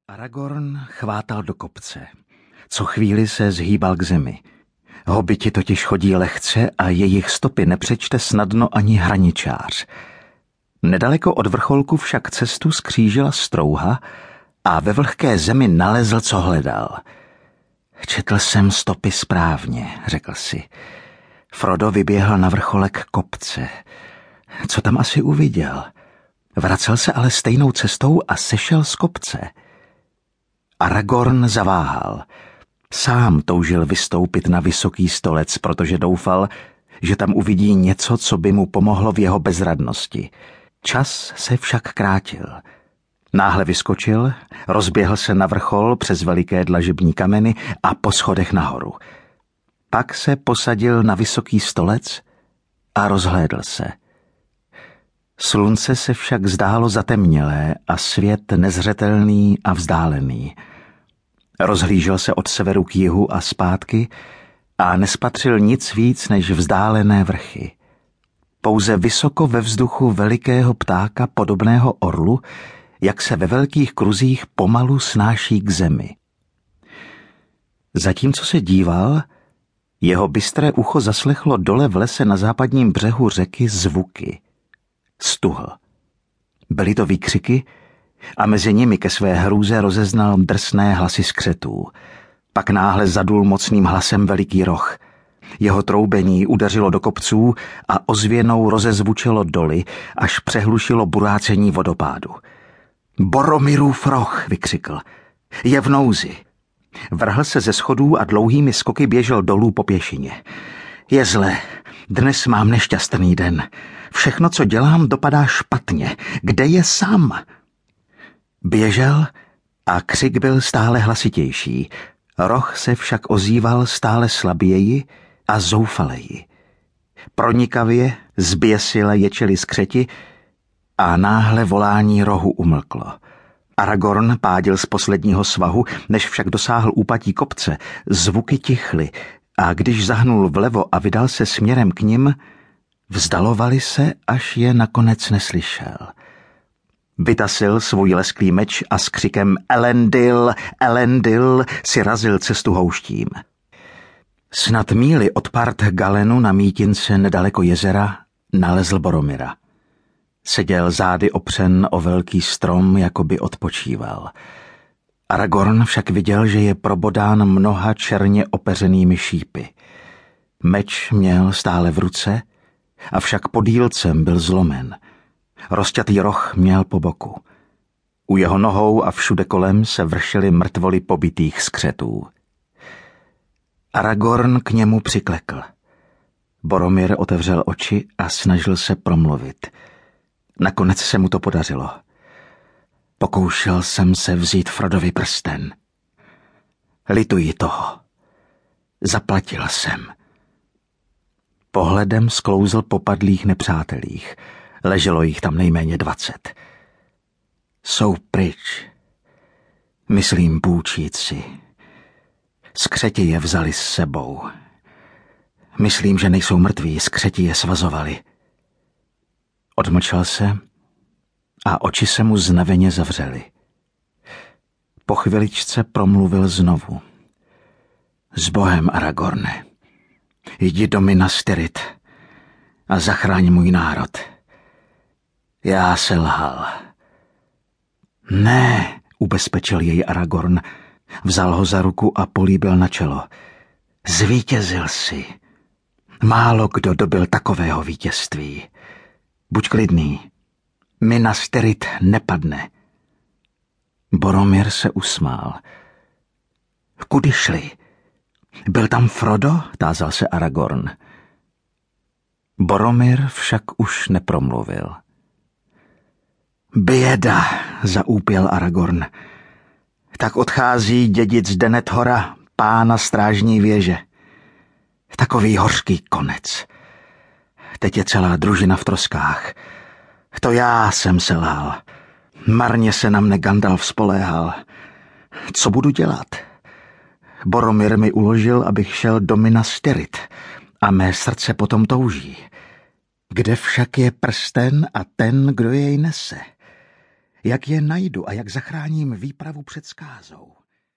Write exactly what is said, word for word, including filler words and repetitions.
Aragorn chvátal do kopce. Co chvíli se zhýbal k zemi. Hobiti totiž chodí lehce a jejich stopy nepřečte snadno ani hraničář. Nedaleko od vrcholku však cestu skřížila strouha a ve vlhké zemi nalezl, co hledal. Četl jsem stopy správně, řekl si. Frodo vyběhl na vrcholek kopce. Co tam asi uviděl? Vracel se ale stejnou cestou a sešel z kopce. Aragorn zaváhal. Sám toužil vystoupit na vysoký stolec, protože doufal, že tam uvidí něco, co by mu pomohlo v jeho bezradnosti. Čas se však krátil. Náhle vyskočil, rozběhl se na vrchol přes veliké dlažební kameny a po schodech nahoru. Pak se posadil na vysoký stolec a rozhlédl se. Slunce se však zdálo zatemnělé a svět nezřetelný a vzdálený. Rozhlížel se od severu k jihu a zpátky a nespatřil nic víc než vzdálené vrchy. Pouze vysoko ve vzduchu velikého ptáka podobného orlu, jak se ve velkých kruzích pomalu snáší k zemi. Zatímco se díval, jeho bystré ucho zaslechlo dole v lese na západním břehu řeky zvuky. Stuhl. Byly to výkřiky a mezi nimi ke své hrůze rozeznal drsné hlasy skřetů. Pak náhle zadul mocným hlasem veliký roh. Jeho troubení udeřilo do kopců a ozvěnou rozezvučilo doly, až přehlušilo burácení vodopádu. Boromirův roh, vykřikl. Je v nouzi. Vrhl se ze schodů a dlouhými skoky běžel dolů po pěšině. Je zle. Dnes mám nešťastný den. Všechno, co dělám, dopadá špatně. Kde je Sam? Běžel a křik byl stále hlasitější. Roh se však ozýval stále slaběji a zoufaleji. Pronikavě, zběsile ječeli skřeti a náhle volání rohu umlklo. Aragorn pádil z posledního svahu, než však dosáhl úpatí kopce. Zvuky tichly a když zahnul vlevo a vydal se směrem k nim, vzdalovali se, až je nakonec neslyšel. Vytasil svůj lesklý meč a s křikem Elendil, Elendil si razil cestu houštím. Snad míli od part Galenu na mítince nedaleko jezera nalezl Boromira. Seděl zády opřen o velký strom, jako by odpočíval. Aragorn však viděl, že je probodán mnoha černě opeřenými šípy. Meč měl stále v ruce, avšak podílcem byl zlomen. Rozťatý roh měl po boku. U jeho nohou a všude kolem se vršily mrtvoly pobitých skřetů. Aragorn k němu přiklekl. Boromir otevřel oči a snažil se promluvit. Nakonec se mu to podařilo. Pokoušel jsem se vzít Frodovi prsten. Lituji toho. Zaplatil jsem. Pohledem sklouzl po padlých nepřátelích. Leželo jich tam nejméně dvacet. Jsou pryč. Myslím půjčíci. Skřeti je vzali s sebou. Myslím, že nejsou mrtví, skřeti je svazovali. Odmlčel se a oči se mu znaveně zavřely. Po chviličce promluvil znovu. S Bohem, Aragorne. Jdi do Minas Tirith a zachráň můj národ. Já se lhal. Ne, ubezpečil jej Aragorn, vzal ho za ruku a políbil na čelo. Zvítězil si. Málo kdo dobil takového vítězství. Buď klidný. Minas Tirith nepadne. Boromir se usmál. Kudy šli? Byl tam Frodo? Tázal se Aragorn. Boromir však už nepromluvil. Běda, zaúpěl Aragorn. Tak odchází dědic Denethora, pána strážní věže. Takový hořký konec. Teď je celá družina v troskách. To já jsem selhal. Marně se na mne Gandalf spoléhal. Co budu dělat? Boromir mi uložil, abych šel do Minas Tirith a mé srdce potom touží. Kde však je prsten a ten, kdo jej nese? Jak je najdu a jak zachráním výpravu před skázou.